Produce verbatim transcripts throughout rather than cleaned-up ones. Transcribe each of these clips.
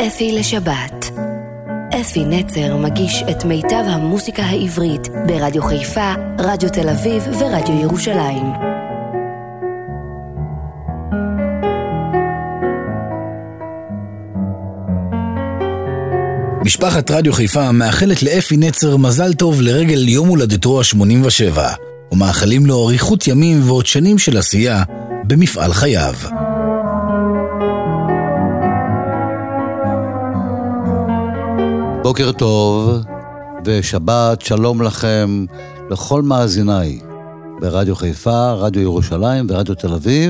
אפי לשבת. אפי נצר מגיש את מיטב המוסיקה העברית ברדיו חיפה, רדיו תל אביב ורדיו ירושלים. משפחת רדיו חיפה מאחלת לאפי נצר מזל טוב לרגל יום הולדתו ה-שמונים ושבע, ומאחלים לו אריכות ימים ועוד שנים של עשייה במפעל חייו. בוקר טוב ושבת שלום לכם לכל מאזיניי ברדיו חיפה, רדיו ירושלים ורדיו תל אביב.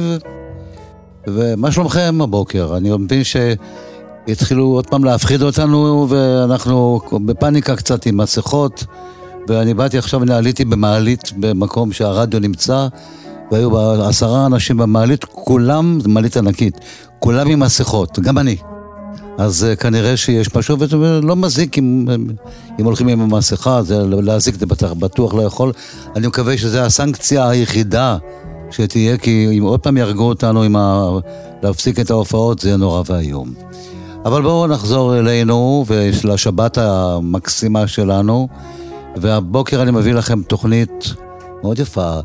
ומה שלומכם הבוקר? אני מבין שהתחילו עוד פעם להפחיד אותנו ואנחנו בפניקה קצת עם מסכות, ואני באתי עכשיו, אני עליתי במעלית במקום שהרדיו נמצא, והיו עשרה אנשים במעלית, כולם, מעלית ענקית, כולם עם מסכות, גם אני. אז uh, כנראה שיש משהו, ולא מזיק אם, אם הולכים עם המסכה, זה להזיק, זה בטח, בטוח לא יכול. אני מקווה שזה הסנקציה היחידה שתהיה, כי אם עוד פעם ירגעו אותנו עם ה... להפסיק את ההופעות, זה נורא והיום. אבל בואו נחזור אלינו, ולשבת המקסימה שלנו, והבוקר אני מביא לכם תוכנית מאוד יפה,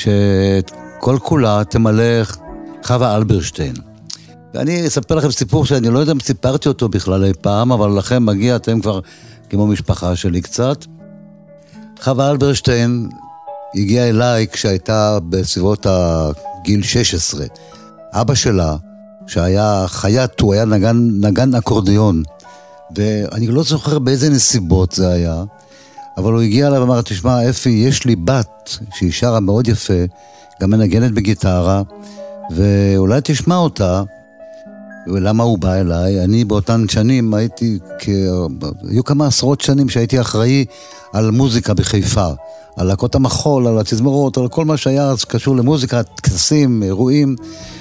שכל כולה תמלא חווה אלברשטיין. ואני אספר לכם סיפור שאני לא יודע אם סיפרתי אותו בכלל אי פעם, אבל לכם מגיע, אתם כבר כמו משפחה שלי קצת. חווה אלברשטיין הגיעה אליי כשהייתה בסביבות הגיל שש עשרה. אבא שלה, שהיה חייט, הוא היה נגן, נגן אקורדיון, ואני לא זוכר באיזה נסיבות זה היה, אבל הוא הגיע אליי ואמר, תשמע אפי, יש לי בת שהיא שרה מאוד יפה, גם מנגנת בגיטרה, ואולי תשמע אותה. ולמה הוא בא אליי? אני באותן שנים הייתי, היו כמה עשרות שנים שהייתי אחראי על מוזיקה בחיפה, על להקות המחול, על התזמורות, על כל מה שהיה אז קשור למוזיקה, טקסים, אירועים,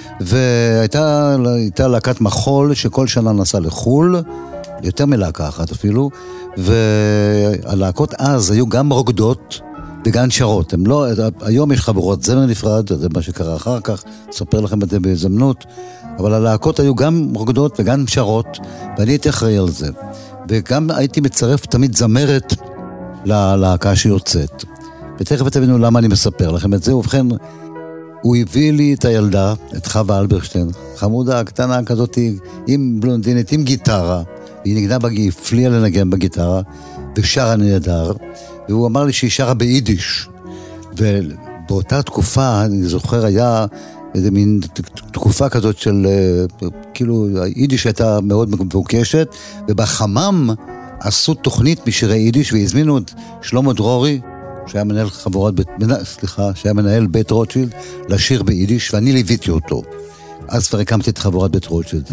והייתה הייתה להקת מחול שכל שנה נסעה לחול, יותר מלהקה אחת אפילו, והלהקות אז היו גם רוקדות וגם שרות. הם לא, היום יש חברות זמר נפרד, זה מה שקרה אחר כך, אספר לכם את זה בהזדמנות, אבל הלהקות היו גם רוקדות וגם שרות, ואני הייתי אחראי על זה. וגם הייתי מצרף תמיד זמרת ללהקה שיוצאת. ותכף תבינו למה אני מספר לכם את זה. ובכן, הוא הביא לי את הילדה, את חווה אלברשטיין, חמודה, קטנה כזאת, עם בלונדינית, עם גיטרה, והיא נגנה, בג... הפליאה לנגן בגיטרה, ושרה נהדר, והוא אמר לי שהיא שרה ביידיש. ובאותה תקופה, אני זוכר, היה איזה מין תקופה כזאת של, כאילו, היידיש הייתה מאוד מבוקשת, ובחמם עשו תוכנית משירי יידיש, והזמינו את שלמה דרורי, שהיה מנהל חבורת, סליחה, שהיה מנהל בית רוטשילד, לשיר ביידיש, ואני ליוויתי אותו. אז כבר הקמתי את חבורת בית רוטשילד.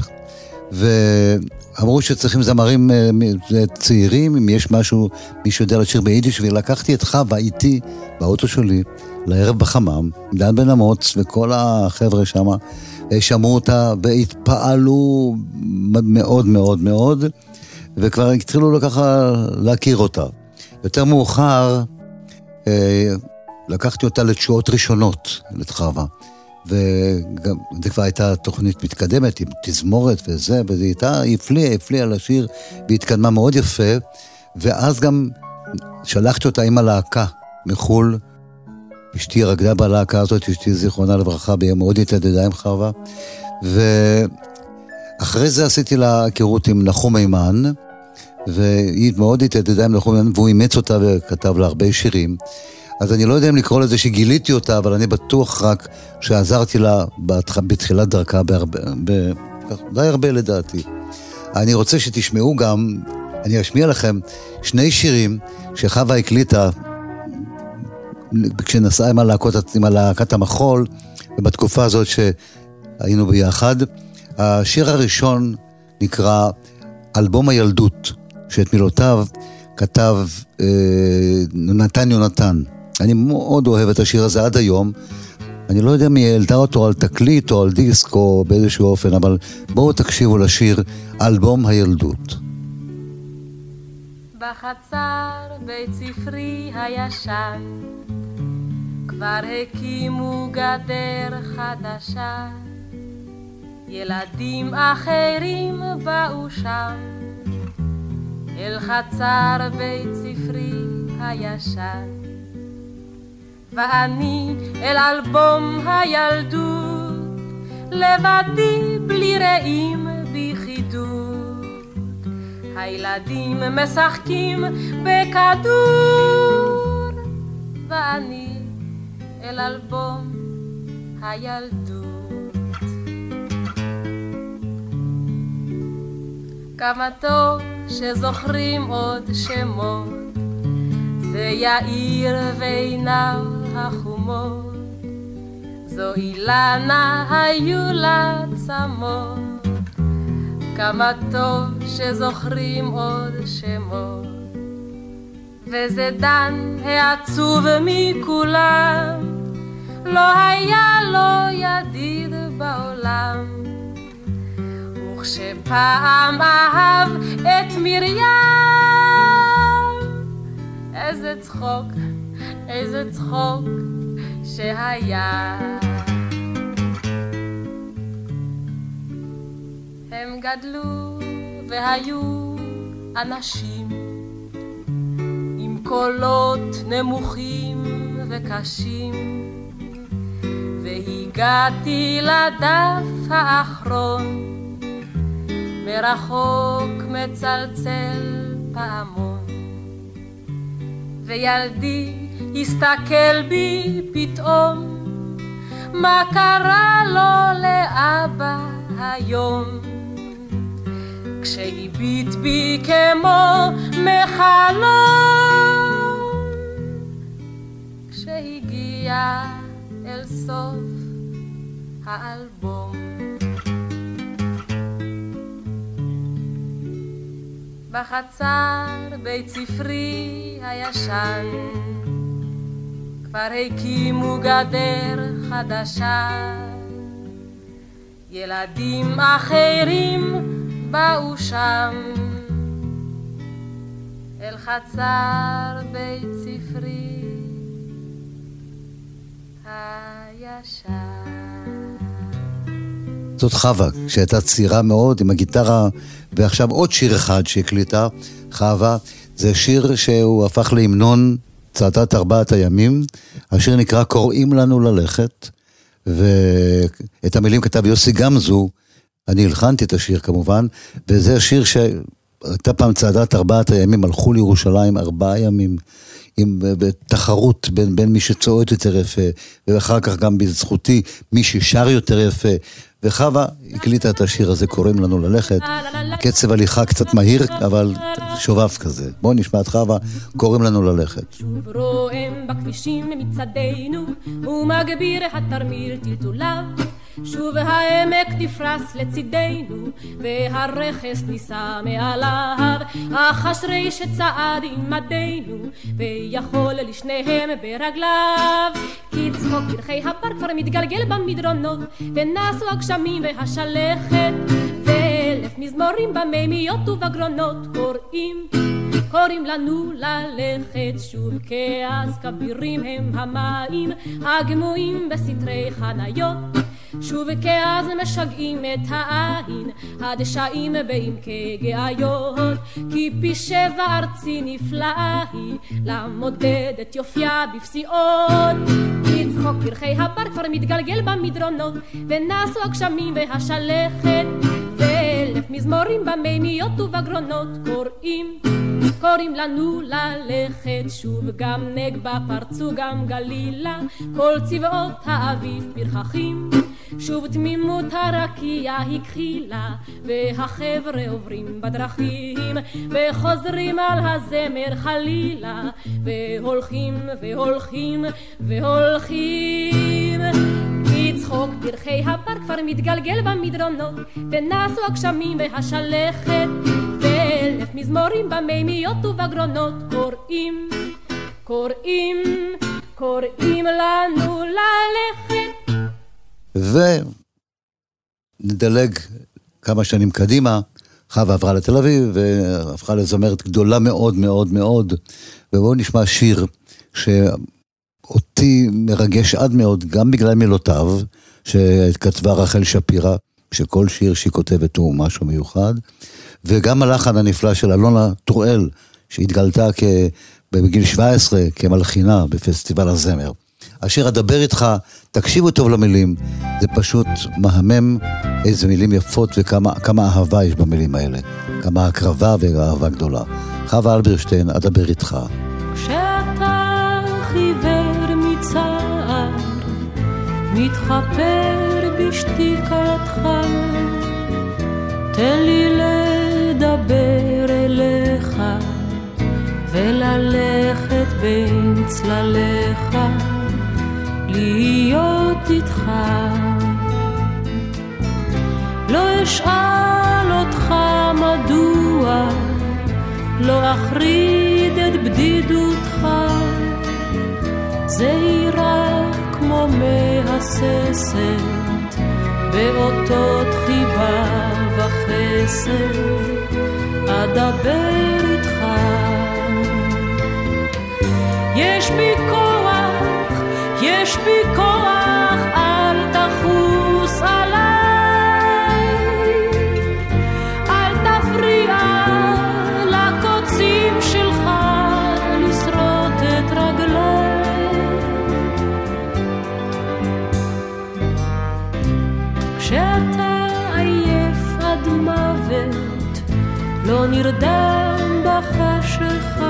ואמרו שצריכים זמרים צעירים, אם יש משהו, מישהו יודע לשיר ביידיש, ולקחתי את חווה איתי באוטו שלי, לערב בחמם, דן בן אמוץ וכל החבר'ה שם, שמעו אותה והתפעלו מאוד מאוד מאוד, וכבר התחילו לו ככה להכיר אותה. יותר מאוחר, לקחתי אותה לתשואות ראשונות, לתחווה, וגם זה כבר הייתה תוכנית מתקדמת עם תזמורת וזה, וזה הייתה, היא הפליאה, הפליאה לשיר, והיא התקדמה מאוד יפה, ואז גם שלחתי אותה עם הלהקה מחול, אשתי רגדה בלהקה הזאת, אשתי זיכרונה לברכה, והיא מאוד התעדדה עם חווה, ואחרי זה עשיתי לה היכרות עם נחום מימן, והיא מאוד התעדדה עם נחום מימן, והוא אימץ אותה וכתב לה הרבה שירים, אז אני לא יודע אם לקרוא לזה שגיליתי אותה, אבל אני בטוח רק שעזרתי לה בתחילת דרכה, בהרבה, ב... די הרבה לדעתי. אני רוצה שתשמעו גם, אני אשמיע לכם שני שירים שחווה הקליטה, כשנסעה עם הלהקות, עם הלהקת המחול, ובתקופה הזאת שהיינו ביחד. השיר הראשון נקרא אלבום הילדות, שאת מילותיו כתב אה, נתן יונתן. אני מאוד אוהב את השיר הזה עד היום. אני לא יודע מי העלתה אותו על תקליט או על דיסק או באיזשהו אופן, אבל בואו תקשיבו לשיר אלבום הילדות. בחצר בית ספרי הישן כבר הקימו גדר חדשה, ילדים אחרים באו שם אל חצר בית ספרי הישן, ואני אל אלבום הילדות לבדי בלי רעים ביחידות. הילדים משחקים בכדור ואני אל אלבום הילדות. כמה טוב שזוכרים עוד שמות, זה יאיר ועיניו החומות, זו אילנה היו לה צמות. כמה טוב שזוכרים עוד שמות, וזה דן העצוב מכולם, לא היה לו ידיד בעולם. וכשפעם אהב את מרים, איזה צחוק, איזה צחוק שהיה. הם גדלו והיו אנשים עם קולות נמוכים וקשים, והגעתי לדף האחרון, מרחוק מצלצל פעמון, וילדי הסתכל בי פתאום, מה קרה לו לאבא היום? כשהביט בי כמו מחלום, כשהגיע אל סוף האלבום. בחצר בית ספרי הישן כבר הקימו גדר חדשה, ילדים אחרים באו שם אל חצר בית ספרי הישן. זאת חווה, שהייתה צעירה מאוד עם הגיטרה, ועכשיו עוד שיר אחד שהקליטה, חווה, זה שיר שהוא הפך להמנון צעדת ארבעת הימים. השיר נקרא קוראים לנו ללכת, ואת המילים כתב יוסי גמזו, אני הלחנתי את השיר כמובן, וזה השיר שהייתה פעם צעדת ארבעת הימים, הלכו לירושלים ארבעה ימים, עם תחרות בין, בין מי שצועד יותר יפה, ואחר כך גם בזכותי מי ששר יותר יפה, וחווה הקליטה את השיר הזה, קוראים לנו ללכת, קצב הליכה קצת מהיר, אבל שובב כזה. בואו נשמע את חווה, קוראים לנו ללכת. שוב רועם בכבישים מצדנו, ומגביר התרמיל טלטוליו, שוב העמק תפרס לצידנו, והרכס ניסה מעליו, אך אשרי שצעד עמדנו, ויכול לשניהם ברגליו. כי צחוק פרחי הבר כבר מתגלגל במדרונות, ונסו הגשמים והשלכת, ואלף מזמורים במימיות ובגרונות קוראים, קוראים לנו ללכת. שוב כאז כבירים הם המים הגמועים בסתרי חניות, שוב כאז משגעים את העין הדשאים באים כגאיות. כי פי שבע ארצי נפלאה היא למודד את יופייה בפסיעות. כי צחוק פרחי הבר כבר מתגלגל במדרונות, ונסו הגשמים והשלכת, ואלף מזמורים במימיות ובגרונות קוראים, קוראים לנו ללכת. שוב גם נגבה פרצו גם גלילה, כל צבאות האביב פרחחים, שוב תמימות הרקיע הכחילה, והחבר'ה עוברים בדרכים, וחוזרים על הזמר חלילה, והולכים והולכים והולכים. כי צחוק פרחי הבר כבר מתגלגל במדרונות, ונסו הגשמים והשלכת, ואלף מזמורים במימיות ובגרונות קוראים, קוראים, קוראים לנו ללכת. ונדלג כמה שנים קדימה, חווה עברה לתל אביב, והפכה לזמרת גדולה מאוד מאוד מאוד, ובואו נשמע שיר שאותי מרגש עד מאוד, גם בגלל מילותיו, שכתבה רחל שפירא, שכל שיר שהיא כותבת הוא משהו מיוחד, וגם הלחן הנפלא של אלונה טרואל, שהתגלתה כ... בגיל שבע עשרה כמלחינה בפסטיבל הזמר. השיר אדבר איתך, תקשיבו טוב למילים, זה פשוט מהמם איזה מילים יפות וכמה כמה אהבה יש במילים האלה, כמה הקרבה ואהבה גדולה. חווה אלברשטיין, אדבר איתך. כשאתה חיוור מצער, מתחפר בשתיקתך, תן לי לדבר אליך, וללכת בין צלליך, להיות איתך. לא אשאל אותך מדוע, לא אחריד את בדידותך, זהירה כמו מהססת, באותות חיבה וחסד, אדבר איתך. יש בי כוח, יש בי כוח, אל תחוס עליי, אל תפריע לקוצים שלך לשרוט את רגליי. כשאתה עייף עד מוות, לא נרדם בחשכה,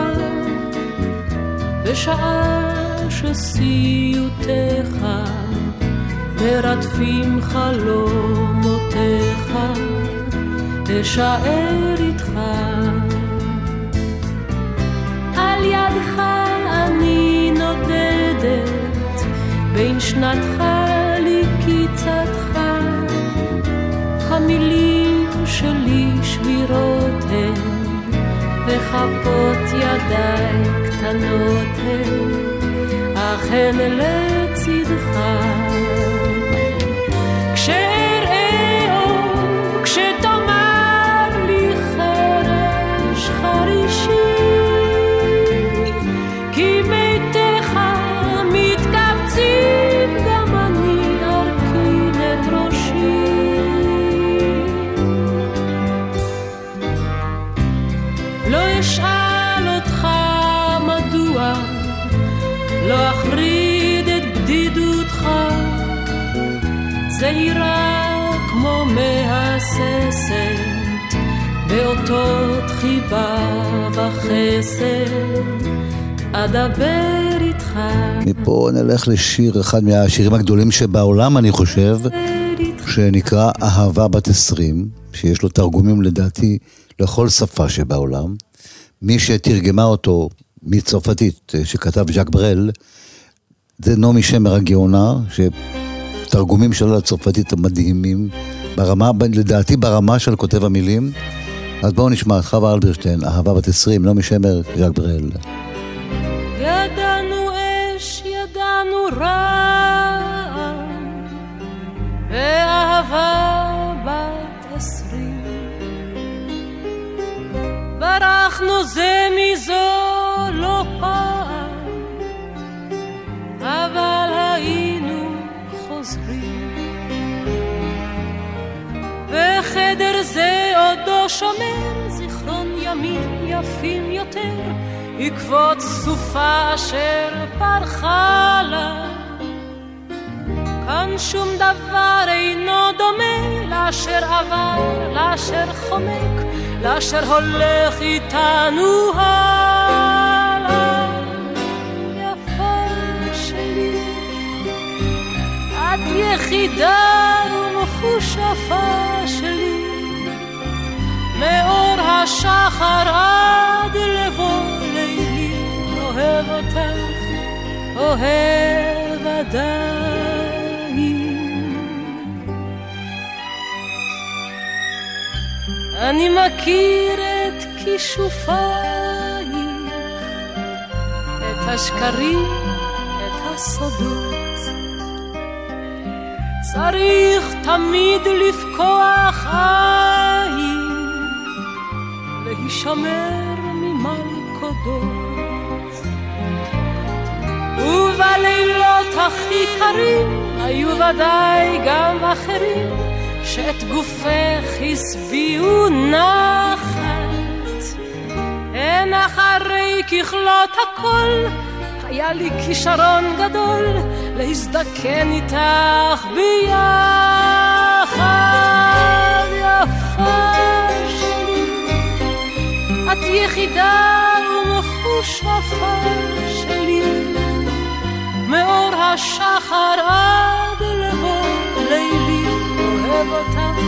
בשעה שסיוטיך מרדפים חלומותיך, אשאר איתך. על ידך אני נודדת, בין שנתך לקיצתך, המילים שלי שבירות הן, וחפות ידיי קטנות הן, אך הן לצדך. כשאראה אור, כשתאמר לי חרש חרישי, כי מיתך מתקבצים, גם אני ארכין את ראשי. לא אשאל אותך מדוע, לא אחריד את בדידותך, זהירה כמו מהססת, באותות חיבה וחסד, אדבר איתך. מפה נלך לשיר, אחד מהשירים הגדולים שבעולם אני חושב, שנקרא אהבה בת עשרים, שיש לו תרגומים לדעתי לכל שפה שבעולם. מי שתרגמה אותו מצרפתית, שכתב ז'אק ברל, זה נעמי שמר הגאונה, שתרגומים שלו לצרפתית המדהימים, ברמה, לדעתי ברמה של כותב המילים. אז בואו נשמע את חווה אלברשטיין, אהבה בת עשרים, נעמי שמר, ז'אק ברל. ידענו אש, ידענו רע, ואהבה בת עשרים, ברחנו זה מזו לא פעם, אבל היינו חוזרים, וחדר זה עודו שומר זיכרון ימים יפים יותר, עקבות סופה אשר פרחה לה. כאן שום דבר אינו דומה לאשר עבר, לאשר חומק, לאשר הולך איתנו הלאה. יפה שלי, את יחידה ומחושפה שלי, מאור השחר עד לבוא לילי, אוהב אותך, אוהב עדיין. אני מכיר את כישופייך, את השקרים, את הסודות. צריך תמיד לפקוח עין, להישמר ממלכודות. ובלילות הכי קרים היו ודאי גם אחרים, שאת גופך הסביעו נחת, הן אחרי ככלות הכל היה לי כישרון גדול להזדקן איתך ביחד. יפה שלי, את יחידה ומחושפה שלי, מאור השחר עד לבוא לילי, אוהב אותך,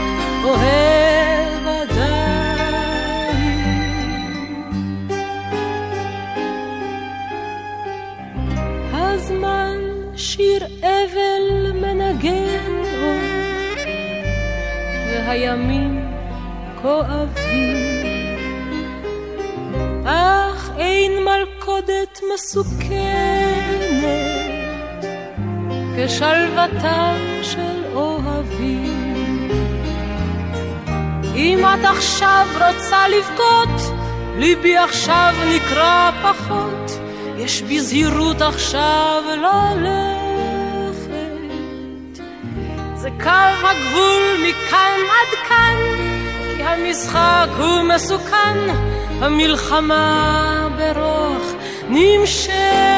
אוהב עדיין. הזמן שיר אבל מנגן עוד, והימים כואבים, אך אין מלכודת מסוכנת כשלוותם של אוהבים. אם את עכשיו רוצה לבכות, ליבי עכשיו נקרא פחות, יש בזהירות עכשיו ללכת. זה קו הגבול מכאן עד כאן, כי המשחק הוא מסוכן, המלחמה ברוח נמשכת.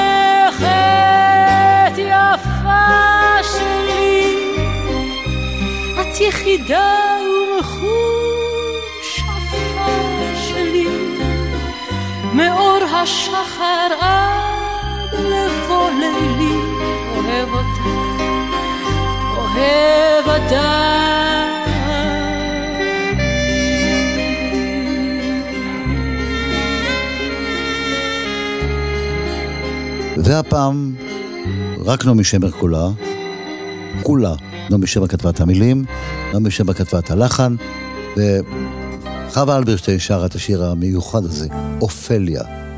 יפה שלי, את יחידה ומחושפה שלי, מאור השחר עד לבוא לילי, אוהב אותך, אוהב עדיין. והפעם רק נעמי שמר כולה, כולה נעמי שמר כתבה את המילים, נעמי שמר כתבה את הלחן, וחווה אלברשטיין שרה את השיר המיוחד הזה, אופליה.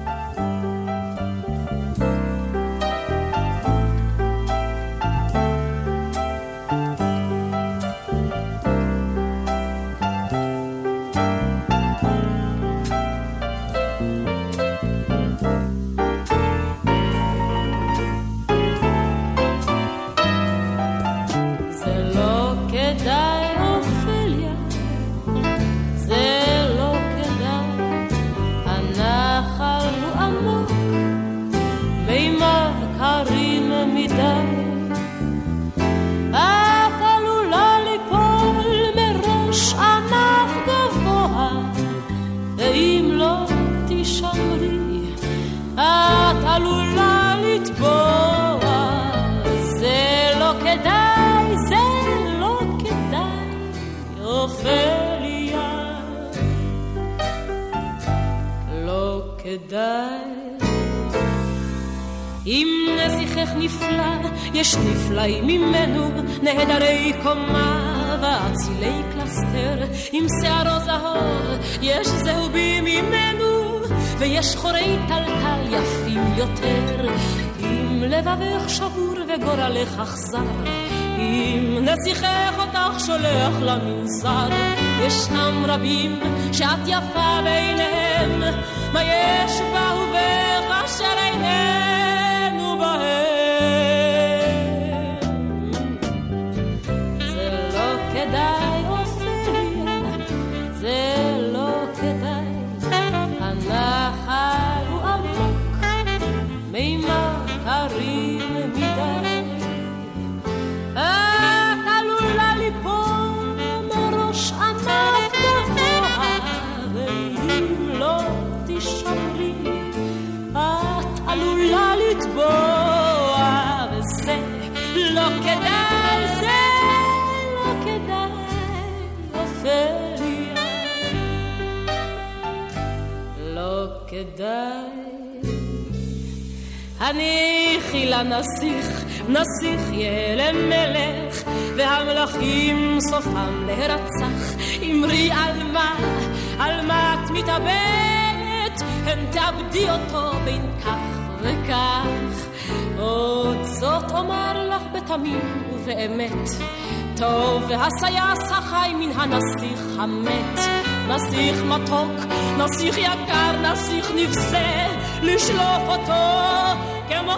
אם נסיכך נפלא, יש נפלאים ממנו, נהדרי קומה ואצילי קלסטר, עם שערו זהוב, יש זהובים ממנו, ויש חורי טלטל יפים יותר. אם לבבך שבור וגורלך אכזר, אם נסיכך אותך שולח למנזר, ישנם רבים שאת יפה ביניהם, מה יש בה ובך אשר איננו בהם. זה לא כדאי אופליה, זה לא כדאי, הנחל הוא עמוק, מימה קרים מדי, את עלולה ליפול מראש ענף גבוה, ואם לא תשמרי את עלולה לטבוע, וזה לא כדאי, זה לא כדאי אופליה, לא כדאי. הניחי לנסיך, נסיך יהיה למלך, והמלכים סופם להרצח. אמרי על מה, על מה את מתאבדת, הן תאבדי אותו בין כך וכך. עוד זאת אומר לך בתמים ובאמת, טוב והסייס החי מן הנסיך המת. נסיך מתוק, נסיך יקר, נסיך נבזה, לשלוף אותו כמו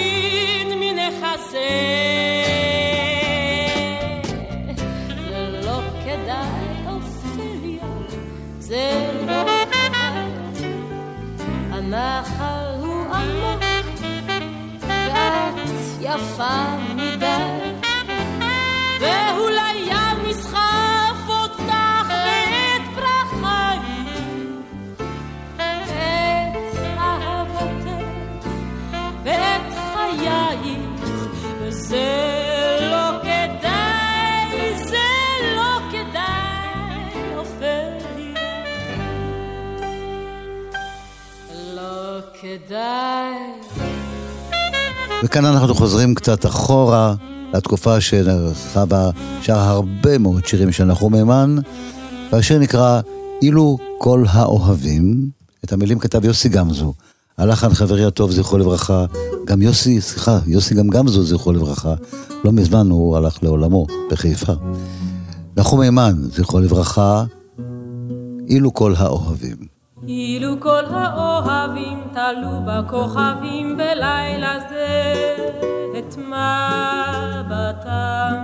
סכין מנחזה. זה לא זה לא כדאי, הנחל הוא עמוק ואת יפה מדי, ואולי ים נסחף אותך את פרחיים, את אהבתך ואת חייך, וזה לא כדאי, זה לא כדאי, אופליה, לא כדאי. וכאן אנחנו חוזרים קצת אחורה לתקופה שחווה שר הרבה מאוד שירים של נחום מימן, והשיר נקרא אילו כל האוהבים. את המילים כתב יוסי גמזו, הלחן חברי הטוב זכרו לברכה, גם יוסי, סליחה, יוסי גם גמזו זכרו לברכה, לא מזמן הוא הלך לעולמו בחיפה. נחום מימן זכרו לברכה, אילו כל האוהבים. אילו כל האוהבים תלו בכוכבים בלילה זה את מבטם,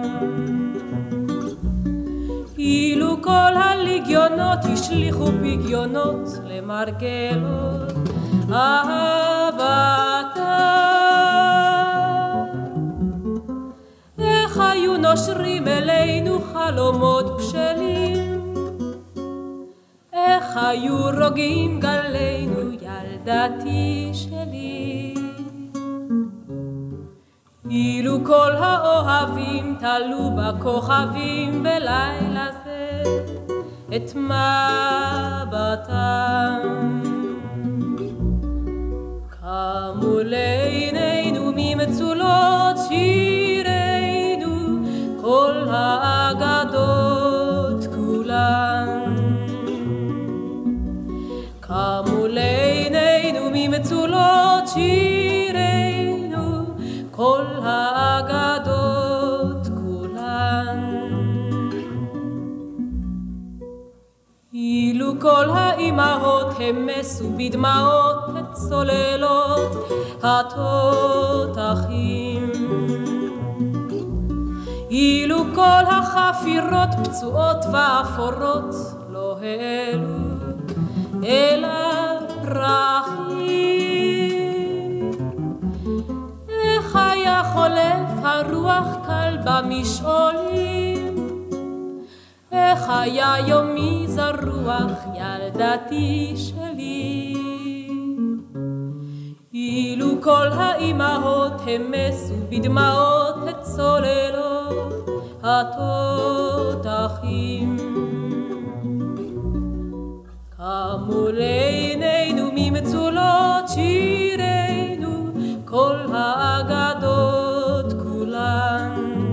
אילו כל הליגיונות השליחו פגיונות למרגלות אהבתם, איך היו נושרים אלינו חלומות בשלים, איך היו רוגעים גלינו ילדתי שלי, אילו כל האוהבים תלו בכוכבים בלילה זה את מבטם, קמו לעינינו ממצולות שירינו כל האגדות כולן, קמו לעינינו ממצולות שירינו כל האגדות כולן, אילו כל האימהות המסו בדמעות את צוללות התותחים, אילו כל החפירות פצועות ואפורות לא העלו אל הפרחים, איך היה חולף הרוח קל במשעולים, איך היה יומי זרוח ילדתי שלי, אילו כל האימהות המסו בדמעות את צוללות התותחים, קמו לעינינו ממצולות שירינו כל האגדות כולן,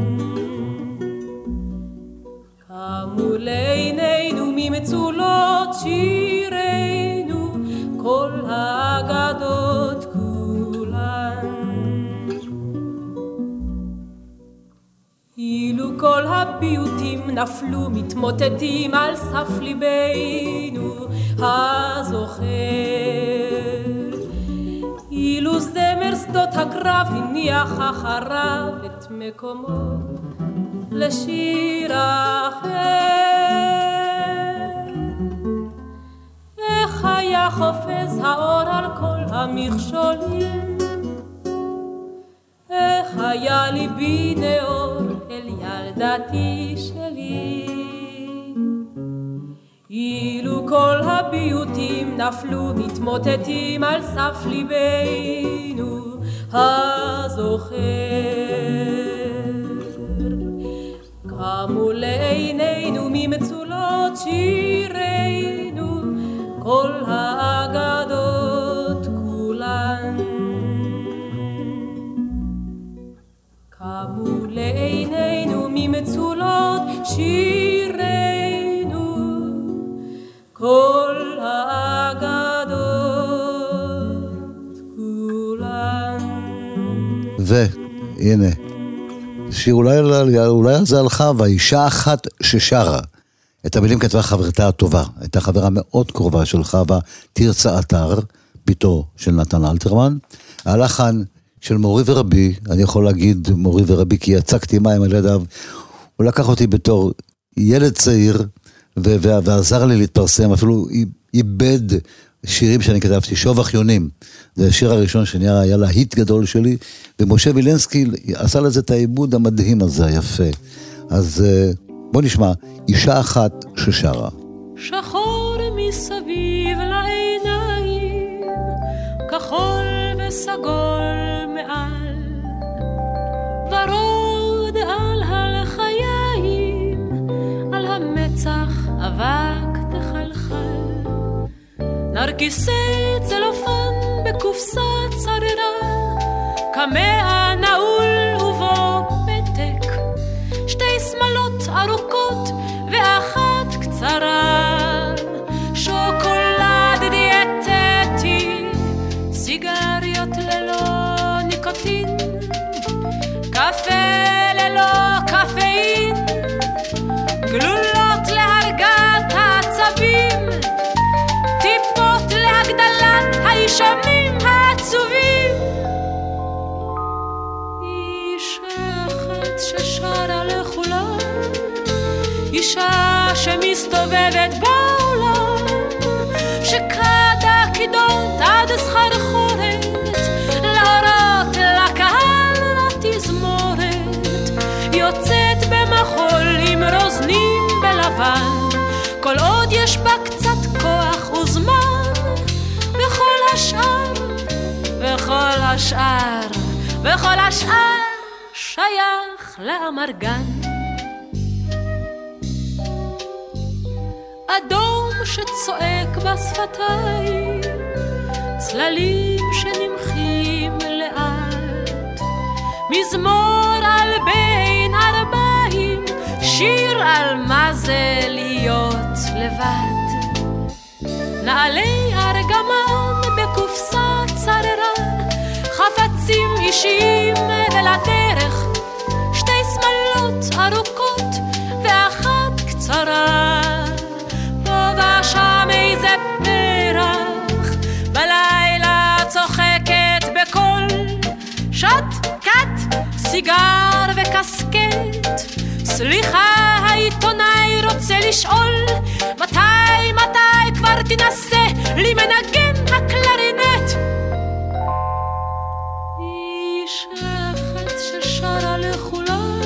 קמו לעינינו ממצולות שירינו כל האגדות כולן, אילו כל הביוטים נפלו מתמוטטים על סף ליבנו הזוכר, אילו זמר שדות הקרב הניח אחריו את מקומו לשיר אחר, איך היה חופז האור על כל המכשולים, איך היה ליבי נאור אל ילדתי שלי, אילו כל הביוטים נפלו מתמוטטים על סף ליבנו הזוכר, קמו לעינינו ממצולות שירינו כל האגדות כולן, קמו לעינינו ממצולות שירינו כל האגדות כולן. והנה, שיר אולי, אולי זה הלכה, והאישה אחת ששרה. את המילים כתבה חברתה הטובה, הייתה חברה מאוד קרובה של חווה תרצה אתר, ביתו של נתן אלתרמן, הלחן של מורי ורבי, אני יכול להגיד מורי ורבי כי יצקתי מים על ידיו, הוא לקח אותי בתור ילד צעיר, ו- ו- ועזר לי להתפרסם, אפילו איבד שירים שאני כתבתי, שוב אחיונים, זה השיר הראשון שנהיה, היה לה היט גדול שלי, ומשה וילנסקי עשה לזה את העיבוד המדהים הזה, היפה. אז בוא נשמע, אישה אחת ששרה. שחור מסביב לעיניים, כחול וסגול מעל, ורוד על הלחיים, על המצח אבק תחלחל, נרקיסי צלופן בקופסה צררה, כמאה נעול ובו פתק, שתי שמלות ארוכות ואחת קצרה, שוקולד דיאטטי, סיגריות ללא ניקוטין, קפה ללא קפאין, גלולות להרגעת העצבים, טיפות להגדלת הישמים העצובים. אישה אחת ששרה לכולם, אישה שמסתובבת בעולם, שקדה קידות עד סחרחורת, להורות לקהל לתזמורת, יוצאת במחול עם רוזנים בלבן, כל עוד יש בה קצת כוח וזמן, וכל השאר, וכל השאר, וכל השאר שייך לאמרגן. אדום שצועק בשפתיים, צללים שנמחים לאט, מזמור על בין ארבעים, שיר על מה זה להיות לבד. נעלי ארגמן בקופסה צררה, חפצים אישיים ולדרך, שתי שמלות ארוכות ואחת קצרה, פה ושם איזה פרח, בלילה צוחקת בקול, שוט קט, סיגר וקסקט, סליחה העיתונאי רוצה לשאול, מתי מתי כבר תנסה לי מנגן הקלרינט. אישה אחת ששרה לכולם,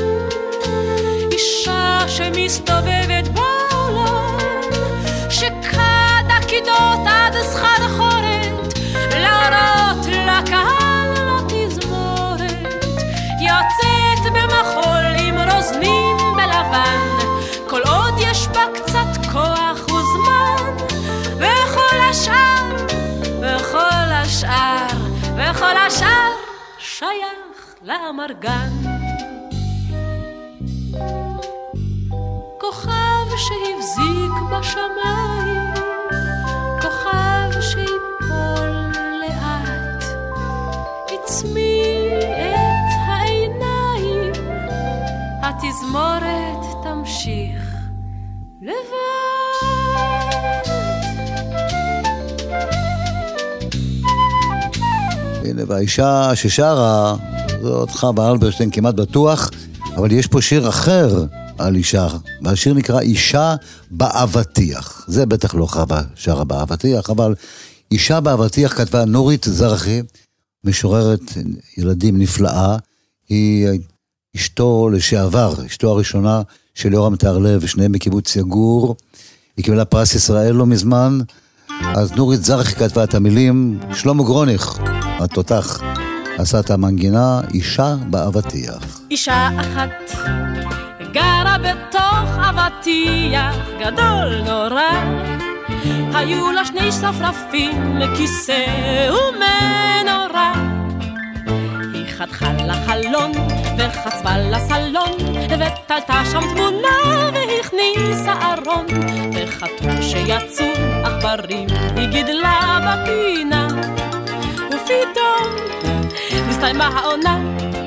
אישה שמסתובבת בעולם, שקדה קידות עד סחרחורת, להורות לקהל לתזמורת, יוצאת במחול עם רוזנים בלבן, כל עוד יש בה קצת כוח וזמן, וכל השאר, וכל השאר, וכל השאר שייך לאמרגן. כוכב שהבזיק בשמיים, כוכב שיפול לאט, עצמי את העיניים, התזמורת תמשיך לבד. הנה, והאישה ששרה, זאת חווה אלברשטיין כמעט בטוח, אבל יש פה שיר אחר על אישה, והשיר נקרא אישה באבטיח. זה בטח לא חווה שרה באבטיח, אבל אישה באבטיח כתבה נורית זרחי, משוררת ילדים נפלאה, היא אשתו לשעבר, אשתו הראשונה של יורם תהרלב, ושניהם בקיבוץ יגור, היא קיבלה פרס ישראל לא מזמן, אז נורית זרחי כתבה את המילים, שלמה גרוניך, התותח, עשה את המנגינה, אישה באבטיח. אישה אחת גרה בתוך אבטיח גדול נורא, היו לה שני שרפרפים, כיסא ומנורה. היא חתכה לחלון וחצבה לסלון, ותלתה שם תמונה והכניסה ארון, וחתום שיצאו עכברים היא גידלה בפינה, ופתאום נסתיימה העונה.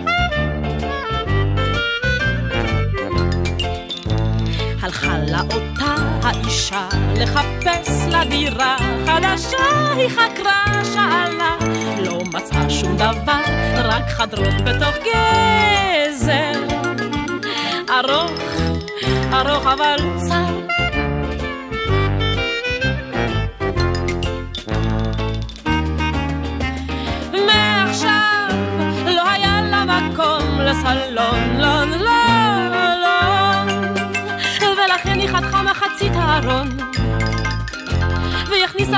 הלכה לה אותה האישה לחפש לה דירה חדשה, היא חקרה, שאלה, לא מצאה שום דבר, רק חדרות בתוך גזר ארוך, ארוך אבל צר,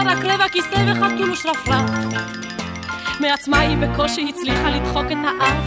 רק רבע כיסא וחתול ושרפרף. מעצמה היא בקושי הצליחה לדחוק את האף.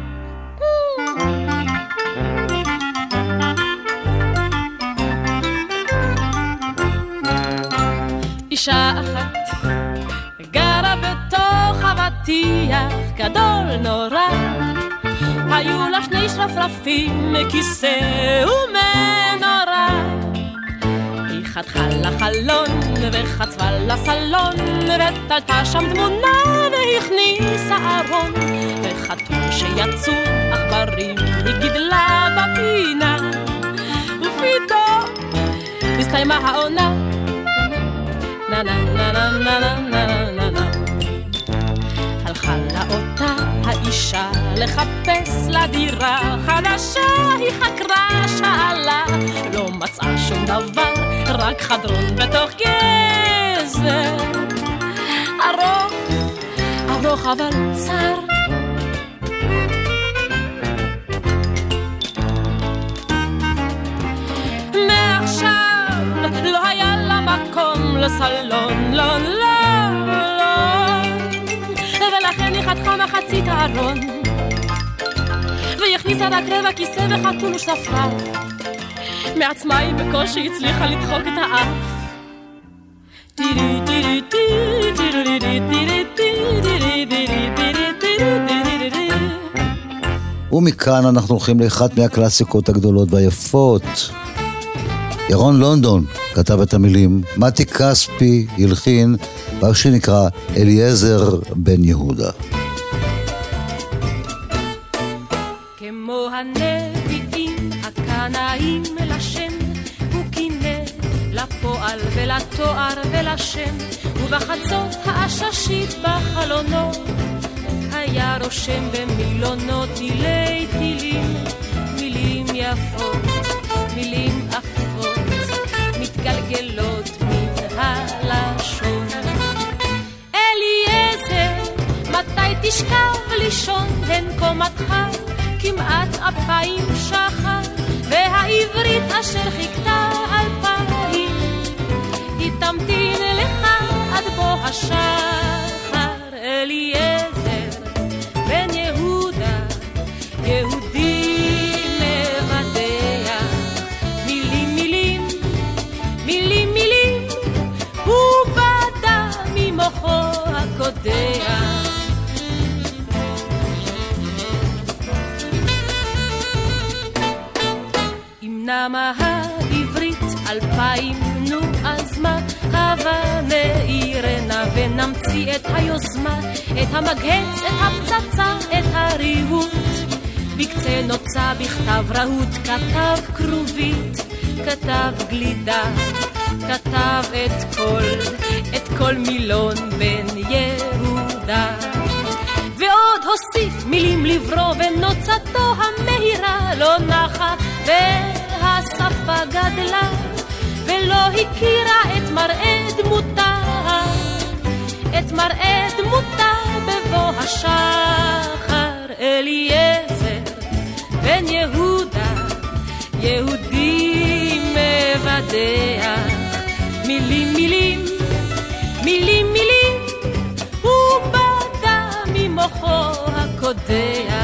אישה אחת גרה בתוך אבטיח גדול נורא, היו לה שני שרפרפים מכיסא ומנורה. היא חתכה לחלון וחצבה לסלון ותלתה שם תמונה והכניסה ארון, וחתול שיצאו עכברים היא גידלה בפינה, ופתאום הסתיימה העונה. נה נה נה נה נה נה נה נה. הלכה לה אותה האישה לחפש לה דירה חדשה, היא חקרה שאלה לא מצאה שום דבר, רק חדרון בתוך גזר ארוך ארוך אבל צר. מעכשיו לא היה לה מקום לסלון, לא לא לא, ולכן היא חתכה מחצית הארון והכניסה רק רבע כיסא וחתול ושרפרף. מעצמה היא בקושי הצליחה לדחוק את האף. ומכאן אנחנו הולכים לאחת מהקלאסיקות הגדולות והיפות. ירון לונדון כתב את המילים, מתי כספי הלחין, דבר שנקרא אליעזר בן יהודה. כמו הנביאים הקנאים לשם, הוא קינא לפועל ולתואר ולשם, ובחצות העששית בחלונו היה רושם במילונות תילי תילים, מילים יפות, מילים אפות, מתגלגלות מן הלשון. אליעזר, מתי תשכב לישון, הן קומתך כמעט אפיים שחר, והעברית אשר חיכתה אלפיים היא תמתין לך עד בוא השחר. אליעזר בן יהודה, יהודי מבדע, מילים מילים מילים מילים הוא בדה ממוחו הקודע. נמה העברית אלפיים, נו אז מה, הבה נעירנה ונמציא את היוזמה, את המגהץ, את הפצצה, את הריהוט. בקצה נוצה בכתב רהוט, כתב כרובית, כתב גלידה, כתב את כל, את כל מילון בן יהודה. ועוד הוסיף מילים לברוא, ונוצתו המהירה לא נחה, והשפה גדלה ולא הכירה את מראה דמותה, את מראה דמותה בבוא השחר. אליעזר בן יהודה, יהודי מבדע, מילים מילים מילים מילים הוא בדה ממוחו הקודע.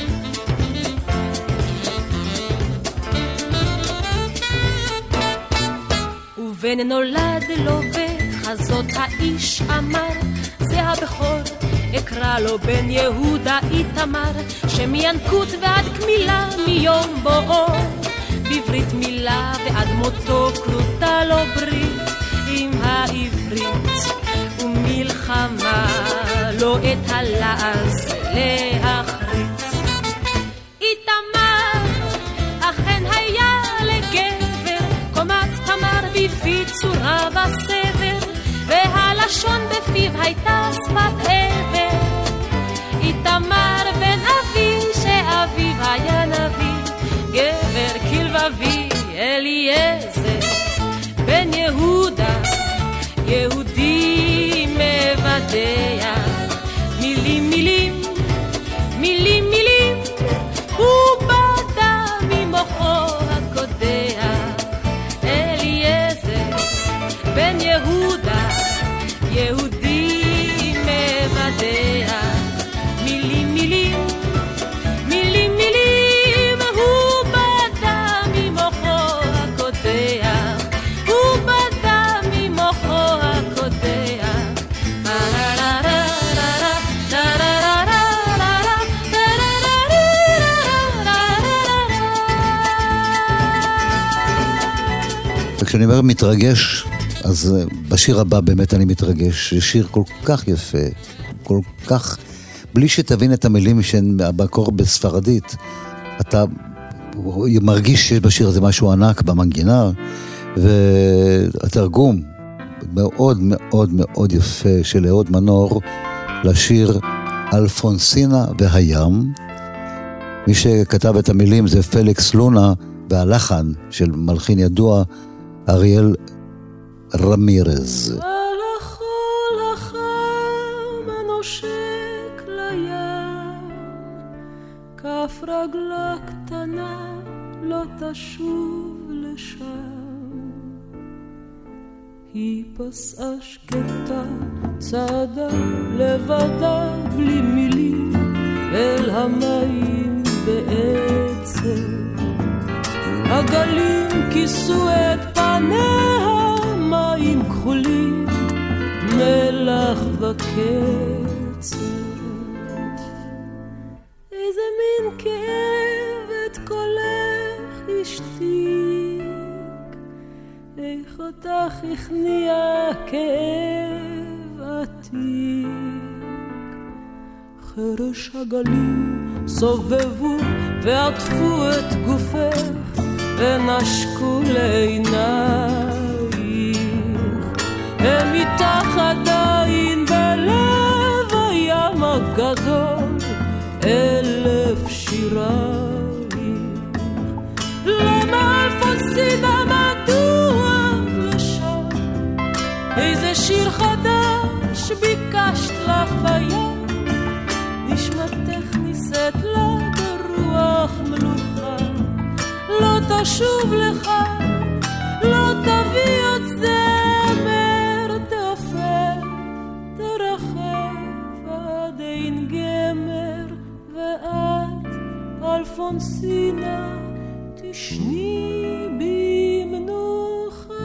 ובן נולד לו בחזות האיש אמר, זה הבכור אקרא לו בן יהודה איתמר, שמינקות ועד כמילה מיום בואו, בברית מילה ועד מותו כרותה לו ברית עם העברית, ומלחמה לא את הלעז להחריץ. איתמר אכן היה לגבר, קומת תמר ויפי צורה וסבר, והלשון בפיו הייתה שפת עבר. איתמר בן אבי שאביו היה נביא, גבר כלבבי. אליעזר בן יהודה, יהודי מבדע, מילים מילים מילים מילים הוא בדה ממוחו הקודע. אליעזר בן יהודה, יהודי מבדע, מילים מילים, מילים מילים, הוא בדה ממוחו הקודח, הוא בדה ממוחו הקודח. וכשאני אומר מתרגש, אז בשיר הבא באמת אני מתרגש. זה שיר כל כך יפה, כל כך, בלי שתבין את המילים שהן בקור בספרדית, אתה מרגיש שיש בשיר הזה משהו ענק במנגינה, והתרגום מאוד מאוד מאוד יפה של אהוד מנור לשיר אלפונסינה והים. מי שכתב את המילים זה פליקס לונה, והלחן של מלחין ידוע אריאל רמירז. על החול החם הנושק לים, כף רגלה קטנה לא תשוב לשם. היא פסעה שקטה, צעדה לבדה בלי מילים אל המים בעצם. הגלים כיסו את פניה, מים כחולים, מלח וקצת. איזה מין כאב את קולך השתיק, איך אותך הכניע כאב עתיק. חרש הגלים סובבו ועטפו את גופך, ונשקו לעינייך, הם איתך עדיין בלב הים הגדול, אלף שירייך. למה אלפונסינה, מדוע לשם? איזה שיר חדש ביקשת לך בים, נשמתך נישאת לה ברוח מלוכה. לא תשוב לך, לא תביא עוד זמר, תאפר, תרחב עד אין גמר, ואת אלפונסינה תשני במנוחה.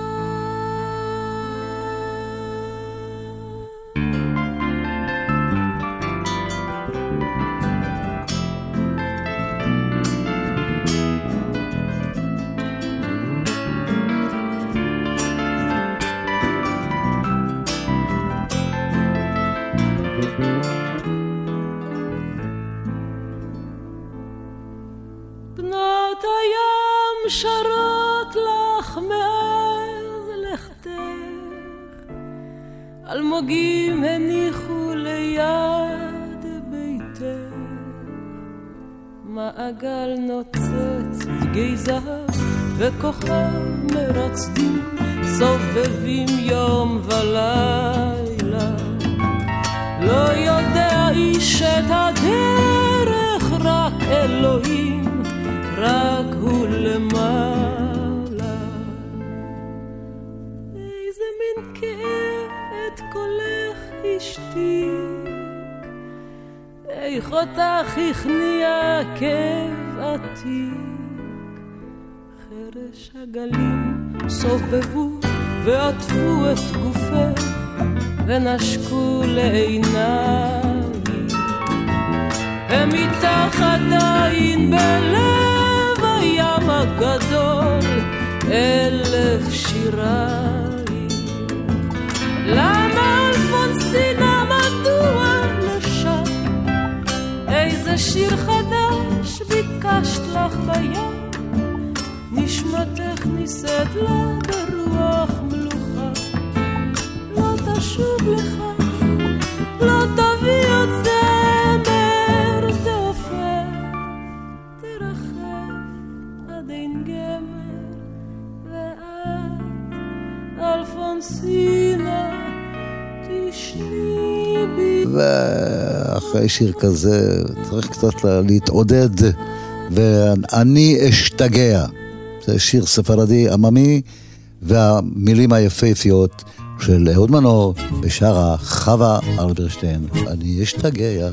בנות הים שרות לך מאז לכתך, אלמוגים הניחו ליד ביתך, מעגל נוצץ דגי זהב וכוכב מרצדים, סובבים יום ולילה. לא יודע איש את הדרך, רק אלוהים, רק הוא למעלה. איזה מין כאב את קולך השתיק, איך אותך הכניע כאב עתיק. חרש הגלים סובבו ועטפו את גופך, ונשקו לעינייך, הם איתך עדיין בלב הים הגדול, אלף שירייך. למה אלפונסינה, מדוע לשם? איזה שיר חדש ביקשת לך בים, נשמתך נישאת לה ברוח מלוכה. לא תשוב לך, לא תביא עוד זמר, תאפר, תרחב עד אין גמר, ואת אלפונסינה תשני בי. ואחרי שיר כזה צריך קצת להתעודד, ואני אשתגע. זה שיר ספרדי עממי, והמילים היפהפיות של אהוד מנור בשרה חווה אלברשטיין, אני אשתגע.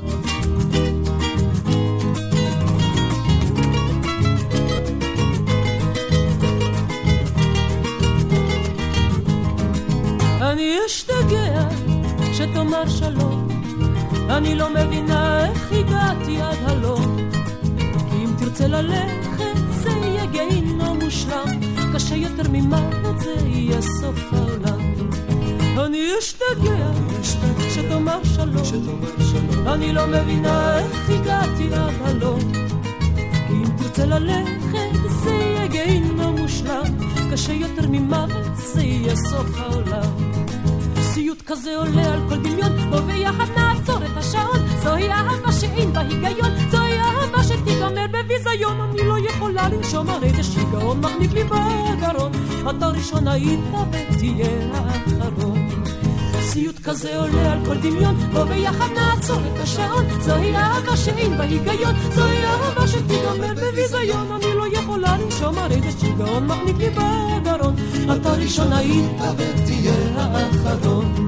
אני אשתגע שתאמר שלום, אני לא מבינה איך הגעתי עד הלום. אם תרצה ללכת זה יהיה גיהינום מושלם, קשה יותר ממוות זה יהיה סוף העולם. אני אשתגע שתאמר שלום, אני לא מבינה איך הגעתי עד הלום. אם תרצה ללכת זה יהיה גיהינום מושלם, קשה יותר ממוות זה יהיה סוף העולם. סיוט כזה עולה על כל דמיון, בוא ויחד נעצור את השעון. זוהי אהבה שאין בה היגיון, זוהי אהבה שתיגמר בביזיון. אני לא יכולה לנשום, הרי זה שיגעון מחניק לי בגרון. אתה ראשון היית ותהיה האחרון. סיוט כזה עולה על כל דמיון, בוא ויחד נעצור את השעון. זוהי אהבה שאין בה היגיון, זוהי אהבה שתיגמר בביזיון. אני לא יכולה לנשום, הרי זה שיגעון מחניק לי בגרון. אתה ראשון היית ותהיה האחרון.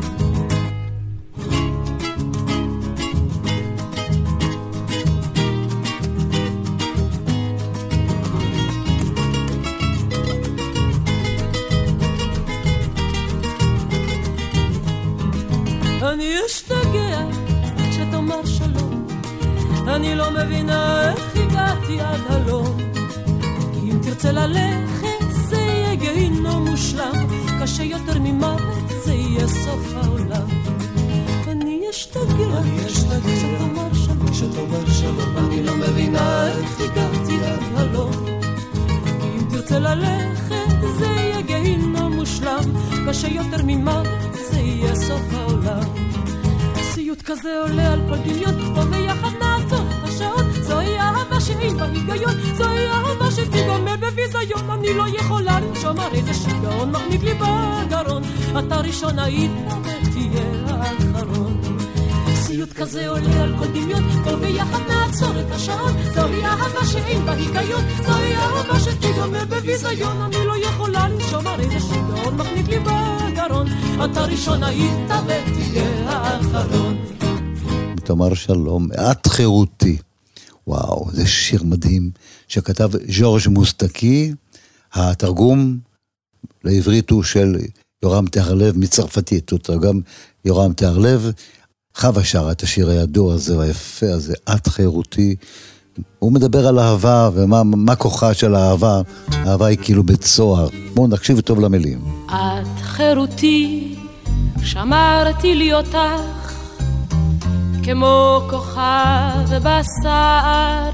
אני אשתגע כשתאמר שלום, אני לא מבינה איך הגעתי עד הלום. אם תרצה ללכת זה יהיה גיהינום מושלם, קשה יותר ממוות זה יהיה סוף העולם. אני אשתגע כשתאמר שלום, אני לא מבינה איך הגעתי עד הלום. אם תרצה ללכת זה יהיה גיהינום מושלם, קשה יותר ממוות זה יהיה סוף העולם. סיוט כזה עולה על כל דמיון, בוא ויחד נעצור את השעון. זוהי אהבה שאין בה היגיון, זוהי אהבה שתיגמר בביזיון. אני לא יכולה לנשום, הרי זה שיגעון מחניק לי בגרון. אתה ראשון היית ותהיה האחרון. סיוט כזה עולה על כל דמיון, בוא ויחד נעצור את השעון. זוהי אהבה שאין בה היגיון, זוהי אהבה שתיגמר בביזיון. אני לא יכולה לנשום, הרי זה שיגעון מחניק לי בגרון. אתה ראשון היית ותהיה האחרון. תאמר שלום, את חירותי. וואו, זה שיר מדהים שכתב ז'ורג' מוסטקי. התרגום לעברית הוא של יורם תיארלב, מצרפתית הוא תרגם יורם תיארלב. חווה שרה את השיר הידוע הזה והיפה הזה, את חירותי. הוא מדבר על אהבה ומה מה כוחה של האהבה. האהבה היא כאילו בצוהר. בואו נקשיב טוב למילים. את חירותי, שמרתי לי אותך כמו כוכב בסער.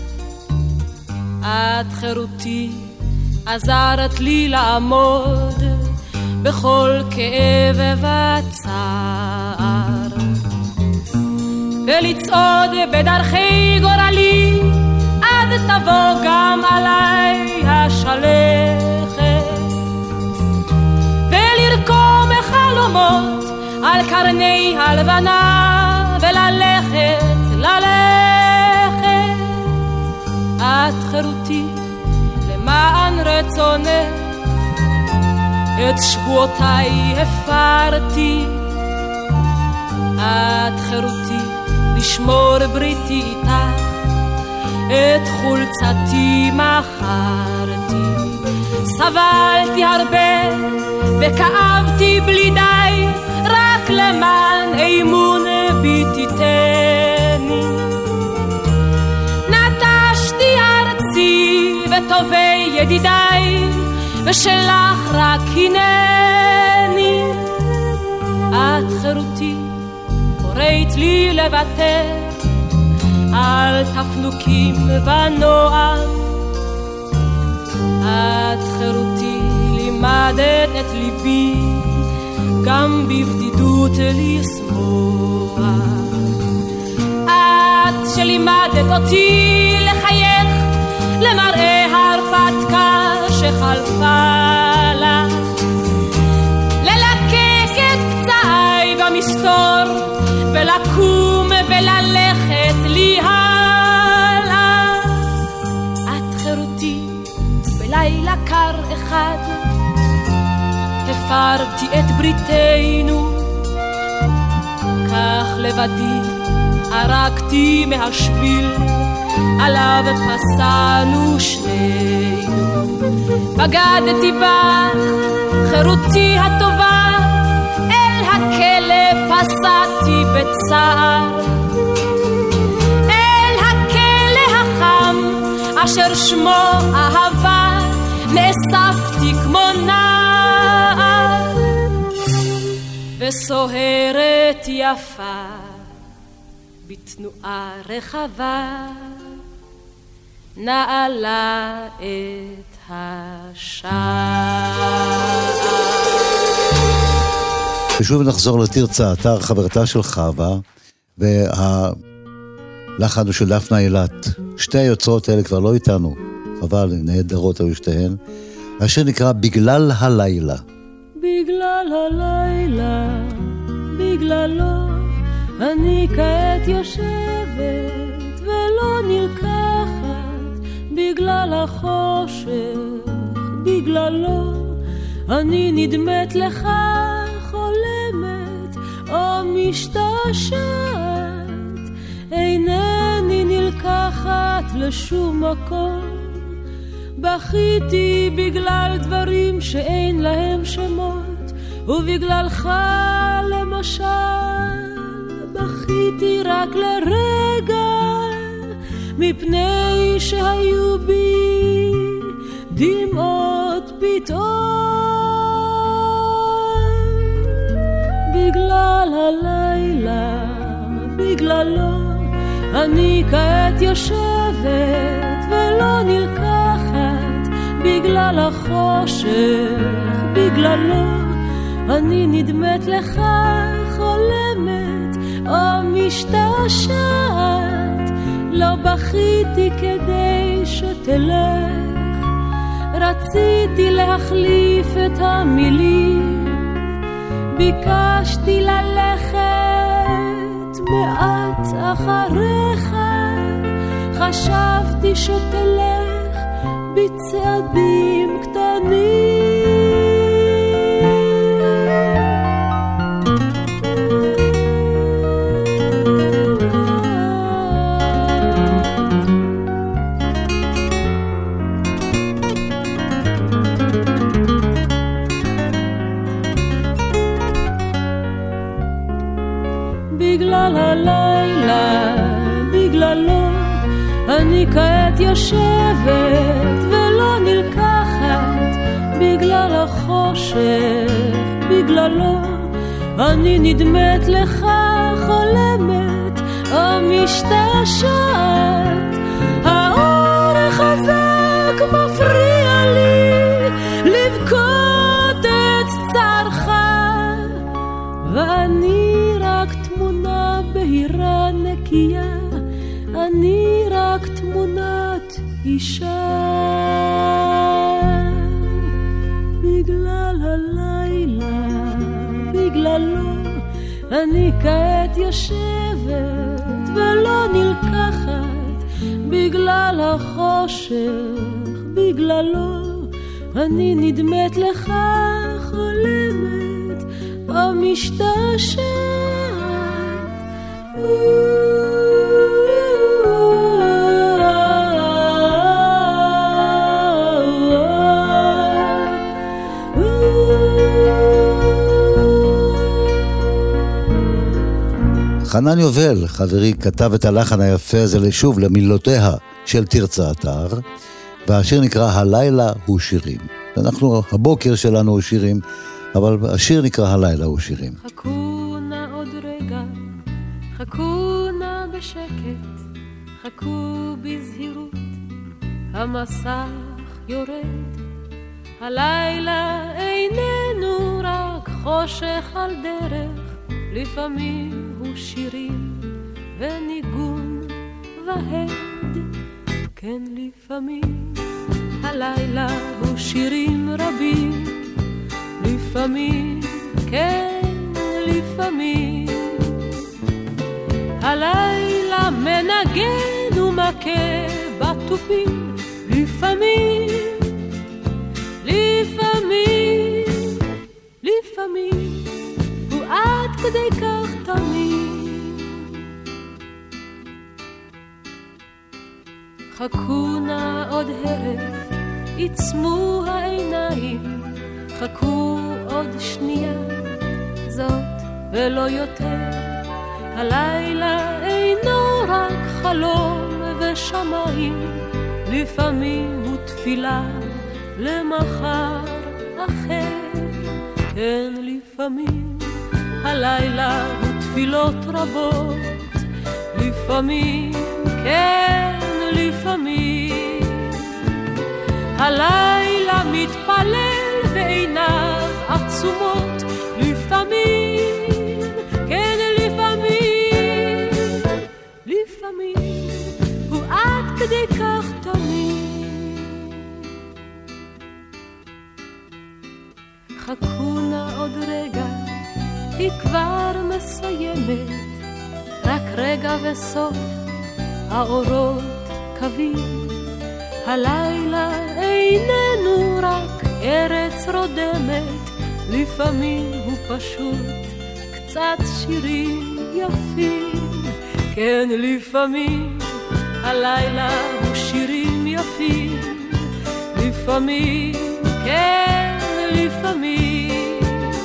את חירותי, עזרת לי לעמוד בכל כאב וצער, ולצעוד בדרכי גורלי, עד תבוא גם עליי השלכת, ולרקום חלומות על קרני הלבנה, וללכת, ללכת. את חירותי, למען רצונך את שבועותיי הפרתי. את חירותי, לשמור בריתי איתך, את חולצתי מכרתי. סבלתי הרבה וכאבתי בלי די, רק למען אמון ביתיתני. נטשתי ארצי וטובי ידידיי, ושלך רק הנני. את חירותי, קוראת לי לוותר על תפנוקים ונועם. את חירותי, לימדת את ליבי גם בבדידות לשמוח. את שלימדת אותי לחייך למראה הרפתקה שחלפה לך, ללקק את פצעי במסתור ולקום וללכת לי הלאה. את חירותי, בלילה קר אחד הפרתי את בריתנו, כך לבדי ערקתי מהשביל, עליו פסענו שנינו. בגדתי בך חירותי הטובה, אל הכלא פסעתי בצער, אל הכלא החם אשר שמו אהבה, נאספתי כמו נער, וסוהרת יפה בתנועה רחבה נעלה את השער. ושוב נחזור לתרצה, אתר חברתה של חווה, והלחן הוא של דפנה אילת. שתי היוצרות האלה כבר לא איתנו, חבל, נהדרות היו שתיהן. השיר נקרא בגלל הלילה. בגלל הלילה, בגללו אני כעת יושבת ולא נלקחת, בגלל החושך, בגללו אני נדמת לך חולמת או משתשעת, אינני נלקחת לשום מקום, בכיתי בגלל דברים שאין להם שמות, ובגללך למשל בכיתי רק לרגע, מפני שהיו בי דמעות פתאום. בגלל הלילה, בגללו אני כעת יושבת ולא נלקחת, בגלל החושך, בגללו אני נדמת לך חולמת או משתשעת, לא בכיתי כדי שתלך, רציתי להחליף את המילים, ביקשתי ללכת מעט אחריך, חשבתי שתלך בצעדים קטנים. בגלל הלילה, בגללו אני כעת יושבת ולא נלקחת, בגלל החושך, בגללו אני נדמת לך חולמת או משתשעת, האור החזק מפריע לי לבכות את צערך, ואני רק תמונה בהירה נקייה, אני רק תמונת אישה. בגלל הלילה, בגללו אני כעת יושבת ולא נלקחת, בגלל החושך, בגללו אני נדמת לך חולמת או משתשעת. חנן יובל, חברי, כתב את הלחן היפה הזה לשוב למילותיה של תרצה אתר, והשיר נקרא הלילה הוא שירים. אנחנו, הבוקר שלנו הוא שירים, אבל השיר נקרא הלילה הוא שירים. חכו נא עוד רגע, חכו נא בשקט, חכו בזהירות, המסך יורד, הלילה איננו רק חושך על דרך, לפעמים הוא שירים וניגון והד, כן לפעמים הלילה הוא שירים רבים, לפעמים כן לפעמים הלילה מנגן ומכה בטופים, לפעמים לפעמים לפעמים, הוא עד כדי כך תמיד. חכו נא עוד הרף, עצמו העיניים, חכו עוד שנייה, זאת ולא יותר. הלילה אינו רק חלום ושמיים, לפעמים הוא תפילה למחר אחר. כן, לפעמים הלילה הוא תפילות רבות, לפעמים, כן, לפעמים הלילה מתפלל ועיניו עצומות, לפעמים, כן, לפעמים, לפעמים הוא עד כדי כך תמיד. חכו נא עוד רגע, היא כבר מסיימת, רק רגע וסוף האורות קווים. הלילה איננו רק ארץ רודמת, לפעמים הוא פשוט קצת שירים יפים. כן, לפעמים הלילה הוא שירים יפים, לפעמים, כן, לפעמים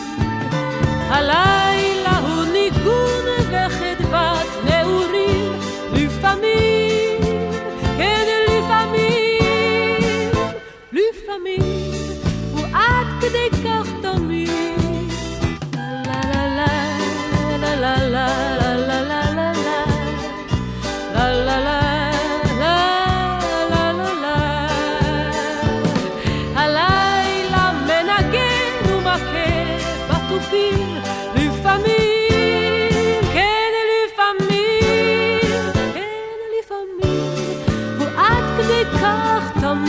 הלילה הוא ניגון וחדוות נעורים, לפעמים, כן, לפעמים, לפעמים הוא עד כדי כך תמיד. לה לה לה לה לה לה לה לה לה לה לה לה לפעמים, כן, לפעמים, כן, לפעמים הוא עד כדי כך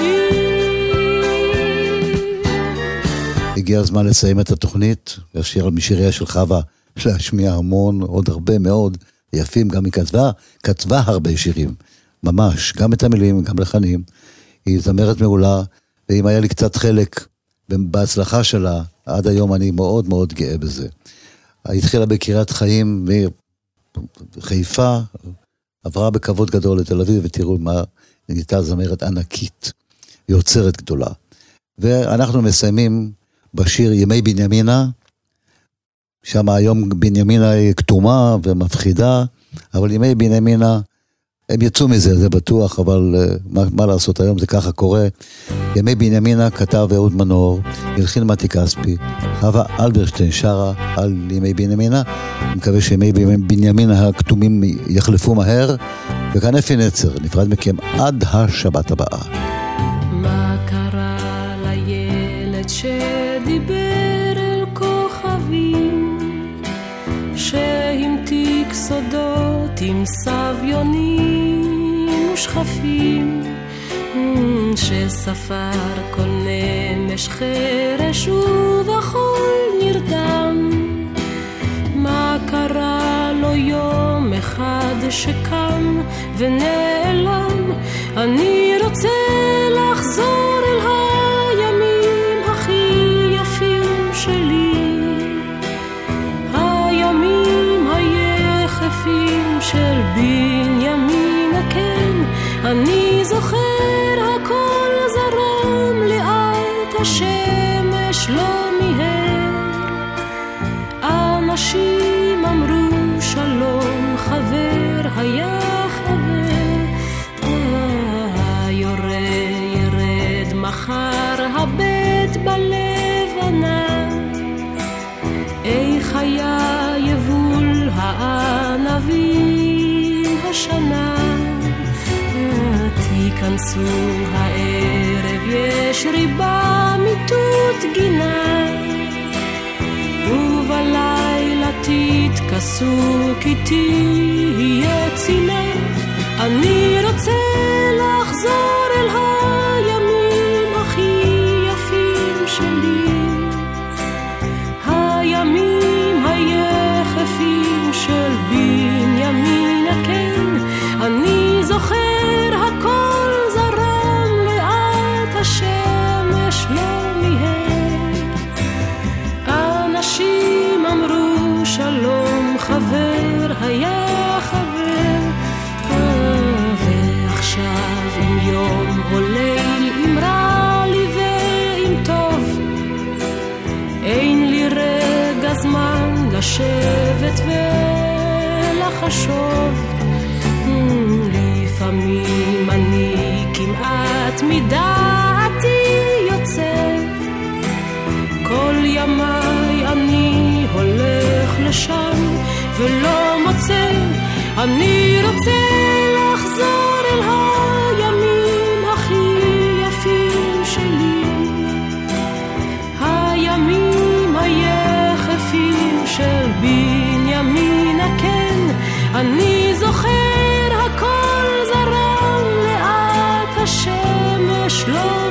תמיד. הגיע הזמן לסיים את התוכנית, והשיר משיריה של חווה להשמיע המון, עוד הרבה מאוד יפים, גם היא כתבה, כתבה הרבה שירים, ממש, גם את המילים, גם לחנים. היא זמרת מעולה, ואם היה לי קצת חלק בהצלחה שלה, עד היום אני מאוד מאוד גאה בזה. היא התחילה בקריית חיים מחיפה, עברה בכבוד גדול לתל אביב, ותראו מה, נהייתה זמרת ענקית, יוצרת גדולה. ואנחנו מסיימים בשיר ימי בנימינה, שם היום בנימינה היא כתומה ומפחידה, אבל ימי בנימינה, הם יצאו מזה, זה בטוח, אבל מה, מה לעשות היום, זה ככה קורה. ימי בנימינה כתב אהוד מנור, הלחין מתי כספי, חווה אלברשטיין שרה על ימי בנימינה. אני מקווה שימי בנימינה הכתומים יחלפו מהר, וכאן אפי נצר, נפרד מכם עד השבת הבאה. מה קרה לילד שדיבר אל כוכבים, שהמתיק סודות עם סביונים ושכפים, שספר כל נמש חרש ובחול נרדם? מה קרה לו יום אחד שקם ונעלם? אני רוצה לחזור אל הימים הכי יפים שלי, הימים היחפים של בנימין, כן, אני זוכר הכל זרם לאט, השמש לא מיהר, אנשים אמרו שלום, חבר היה חבר, אה, יורה ירד מחר הבית בלבנה, איך היה יבול הענבים השנה, תיכנסו הערב יש ריבה מיטוט גינה, ובלילה תתכסו כי תהיה צינה, אני רוצה לחזור אל הימים הכי יפים שלי, הימים היחפים של בנימין, כן, אני זוכר הכל זרם לאט, השמש לא מיהר, אנשים אמרו שלום, חבר היה חבר, ועכשיו עם יום או ליל, עם רע לי ועם טוב, אין לי רגע זמן לשבת ולחשוב. לפעמים אני כמעט מדעתי יוצא, כל ימיי אני הולך לשם ולא מוצא. אני רוצה לחזור אל הימים הכי יפים שלי, הימים היחפים של בנימין הכן. אני זוכר הכל זרם לאט, השמש לא